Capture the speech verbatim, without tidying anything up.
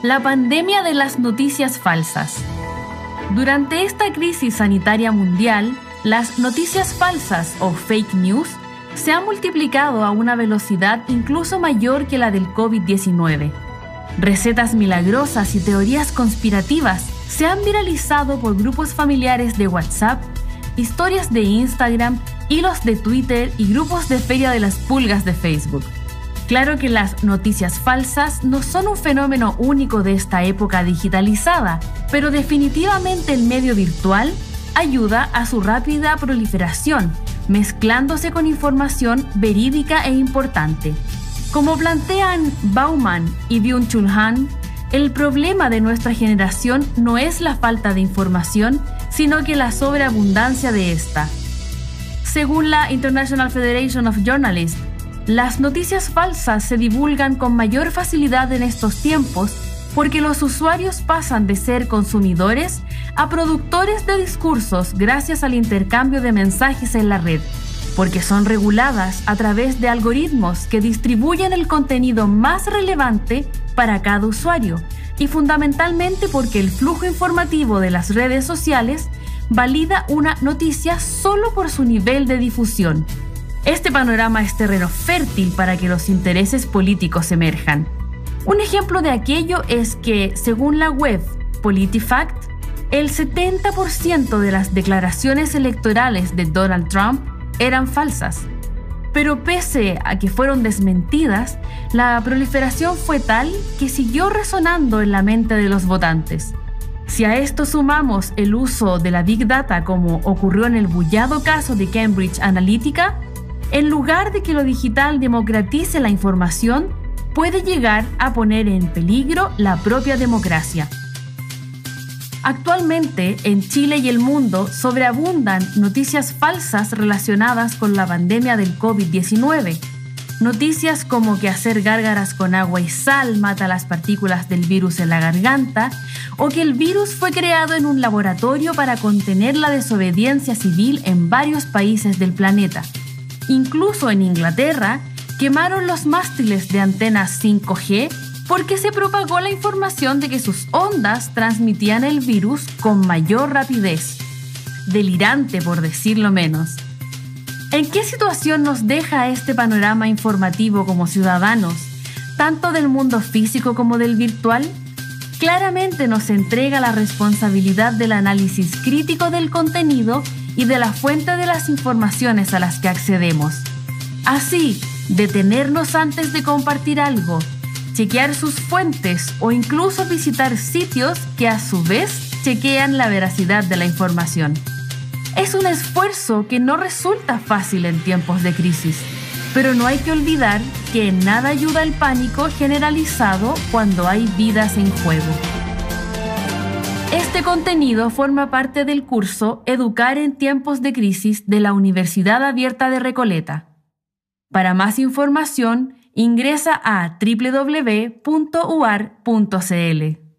La pandemia de las noticias falsas. Durante esta crisis sanitaria mundial, las noticias falsas o fake news se han multiplicado a una velocidad incluso mayor que la del covid diecinueve. Recetas milagrosas y teorías conspirativas se han viralizado por grupos familiares de WhatsApp, historias de Instagram, hilos de Twitter y grupos de Feria de las Pulgas de Facebook. Claro que las noticias falsas no son un fenómeno único de esta época digitalizada, pero definitivamente el medio virtual ayuda a su rápida proliferación, mezclándose con información verídica e importante. Como plantean Bauman y Byung-Chul Han, el problema de nuestra generación no es la falta de información, sino que la sobreabundancia de esta. Según la International Federation of Journalists, las noticias falsas se divulgan con mayor facilidad en estos tiempos porque los usuarios pasan de ser consumidores a productores de discursos gracias al intercambio de mensajes en la red, porque son reguladas a través de algoritmos que distribuyen el contenido más relevante para cada usuario y fundamentalmente porque el flujo informativo de las redes sociales valida una noticia solo por su nivel de difusión. Este panorama es terreno fértil para que los intereses políticos emerjan. Un ejemplo de aquello es que, según la web PolitiFact, el setenta por ciento de las declaraciones electorales de Donald Trump eran falsas. Pero pese a que fueron desmentidas, la proliferación fue tal que siguió resonando en la mente de los votantes. Si a esto sumamos el uso de la Big Data como ocurrió en el bullado caso de Cambridge Analytica, en lugar de que lo digital democratice la información, puede llegar a poner en peligro la propia democracia. Actualmente, en Chile y el mundo sobreabundan noticias falsas relacionadas con la pandemia del covid diecinueve. Noticias como que hacer gárgaras con agua y sal mata las partículas del virus en la garganta, o que el virus fue creado en un laboratorio para contener la desobediencia civil en varios países del planeta. Incluso en Inglaterra, quemaron los mástiles de antenas cinco G porque se propagó la información de que sus ondas transmitían el virus con mayor rapidez. Delirante, por decirlo menos. ¿En qué situación nos deja este panorama informativo como ciudadanos, tanto del mundo físico como del virtual? Claramente nos entrega la responsabilidad del análisis crítico del contenido y de la fuente de las informaciones a las que accedemos. Así, detenernos antes de compartir algo, chequear sus fuentes o incluso visitar sitios que a su vez chequean la veracidad de la información. Es un esfuerzo que no resulta fácil en tiempos de crisis, pero no hay que olvidar que en nada ayuda el pánico generalizado cuando hay vidas en juego. Este contenido forma parte del curso Educar en tiempos de crisis de la Universidad Abierta de Recoleta. Para más información, ingresa a doble u doble u doble u punto u a r punto c l.